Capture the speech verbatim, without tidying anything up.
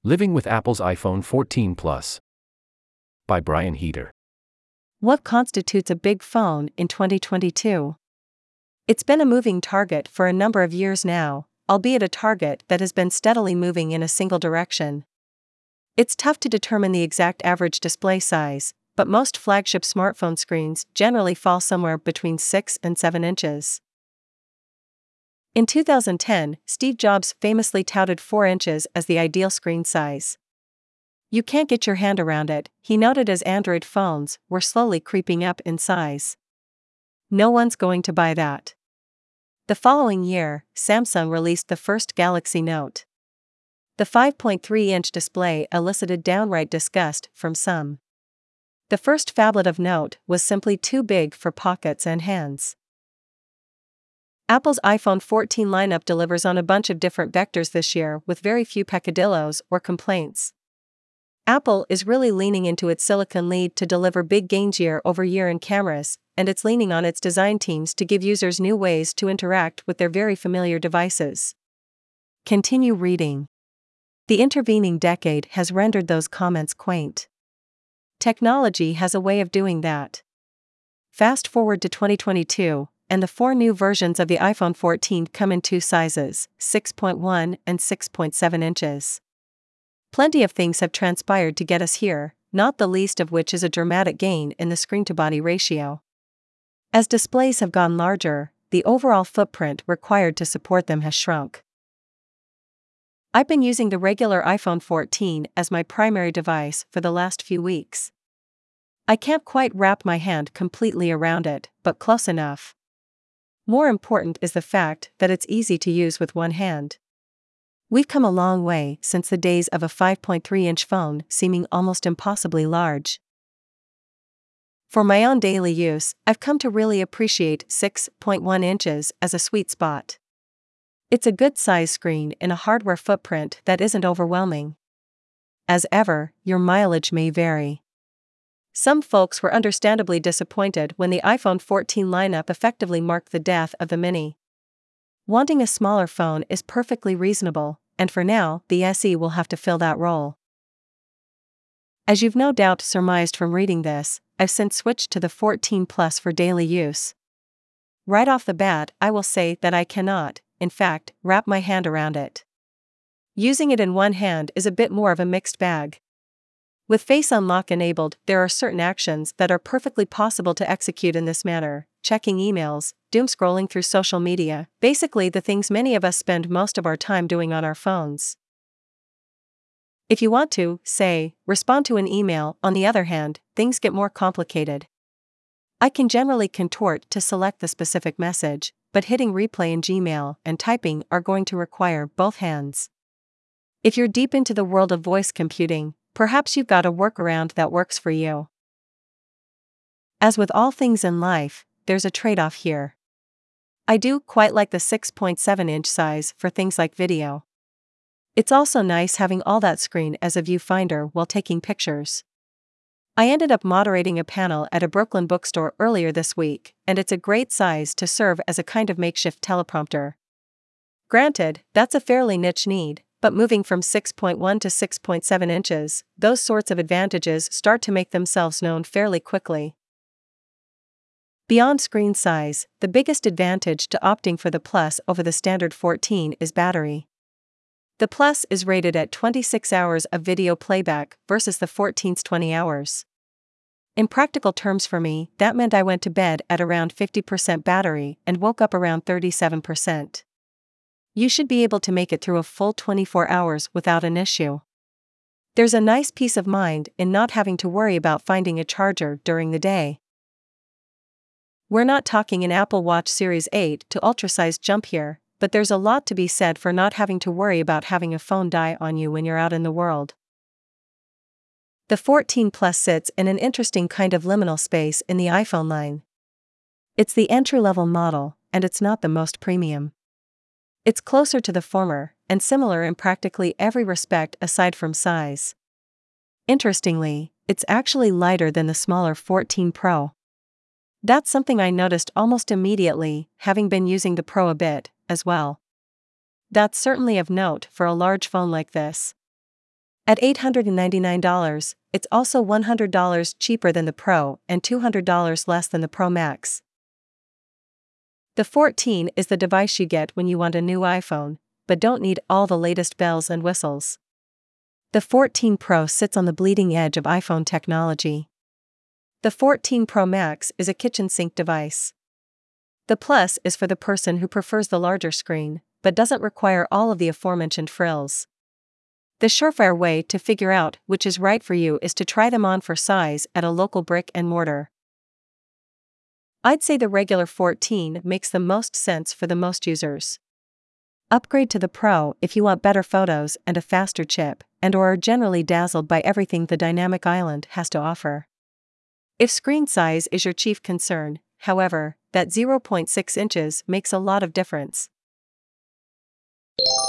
Living with Apple's iPhone fourteen Plus by Brian Heater. What constitutes a big phone in twenty twenty-two? It's been a moving target for a number of years now, albeit a target that has been steadily moving in a single direction. It's tough to determine the exact average display size, but most flagship smartphone screens generally fall somewhere between six and seven inches. In two thousand ten, Steve Jobs famously touted four inches as the ideal screen size. You can't get your hand around it, he noted, as Android phones were slowly creeping up in size. No one's going to buy that. The following year, Samsung released the first Galaxy Note. The five point three inch display elicited downright disgust from some. The first phablet of note was simply too big for pockets and hands. Apple's iPhone fourteen lineup delivers on a bunch of different vectors this year with very few peccadillos or complaints. Apple is really leaning into its silicon lead to deliver big gains year over year in cameras, and it's leaning on its design teams to give users new ways to interact with their very familiar devices. Continue reading. The intervening decade has rendered those comments quaint. Technology has a way of doing that. Fast forward to twenty twenty-two, and the four new versions of the iPhone fourteen come in two sizes, six point one and six point seven inches. Plenty of things have transpired to get us here, not the least of which is a dramatic gain in the screen-to-body ratio. As displays have gone larger, the overall footprint required to support them has shrunk. I've been using the regular iPhone fourteen as my primary device for the last few weeks. I can't quite wrap my hand completely around it, but close enough. More important is the fact that it's easy to use with one hand. We've come a long way since the days of a five point three inch phone seeming almost impossibly large. For my own daily use, I've come to really appreciate six point one inches as a sweet spot. It's a good size screen in a hardware footprint that isn't overwhelming. As ever, your mileage may vary. Some folks were understandably disappointed when the iPhone fourteen lineup effectively marked the death of the Mini. Wanting a smaller phone is perfectly reasonable, and for now, the S E will have to fill that role. As you've no doubt surmised from reading this, I've since switched to the fourteen Plus for daily use. Right off the bat, I will say that I cannot, in fact, wrap my hand around it. Using it in one hand is a bit more of a mixed bag. With Face Unlock enabled, there are certain actions that are perfectly possible to execute in this manner: checking emails, doom scrolling through social media, basically the things many of us spend most of our time doing on our phones. If you want to, say, respond to an email, on the other hand, things get more complicated. I can generally contort to select the specific message, but hitting replay in Gmail and typing are going to require both hands. If you're deep into the world of voice computing, perhaps you've got a workaround that works for you. As with all things in life, there's a trade-off here. I do quite like the six point seven inch size for things like video. It's also nice having all that screen as a viewfinder while taking pictures. I ended up moderating a panel at a Brooklyn bookstore earlier this week, and it's a great size to serve as a kind of makeshift teleprompter. Granted, that's a fairly niche need, but moving from six point one to six point seven inches, those sorts of advantages start to make themselves known fairly quickly. Beyond screen size, the biggest advantage to opting for the Plus over the standard fourteen is battery. The Plus is rated at twenty-six hours of video playback versus the fourteen's twenty hours. In practical terms for me, that meant I went to bed at around fifty percent battery and woke up around thirty-seven percent. You should be able to make it through a full twenty-four hours without an issue. There's a nice peace of mind in not having to worry about finding a charger during the day. We're not talking an Apple Watch Series eight to ultra-sized jump here, but there's a lot to be said for not having to worry about having a phone die on you when you're out in the world. The fourteen Plus sits in an interesting kind of liminal space in the iPhone line. It's the entry-level model, and it's not the most premium. It's closer to the former, and similar in practically every respect aside from size. Interestingly, it's actually lighter than the smaller fourteen Pro. That's something I noticed almost immediately, having been using the Pro a bit, as well. That's certainly of note for a large phone like this. At eight hundred ninety-nine dollars, it's also one hundred dollars cheaper than the Pro and two hundred dollars less than the Pro Max. The fourteen is the device you get when you want a new iPhone, but don't need all the latest bells and whistles. The fourteen Pro sits on the bleeding edge of iPhone technology. The fourteen Pro Max is a kitchen sink device. The Plus is for the person who prefers the larger screen, but doesn't require all of the aforementioned frills. The surefire way to figure out which is right for you is to try them on for size at a local brick and mortar. I'd say the regular fourteen makes the most sense for the most users. Upgrade to the Pro if you want better photos and a faster chip, and or are generally dazzled by everything the dynamic island has to offer. If screen size is your chief concern, however, that zero point six inches makes a lot of difference.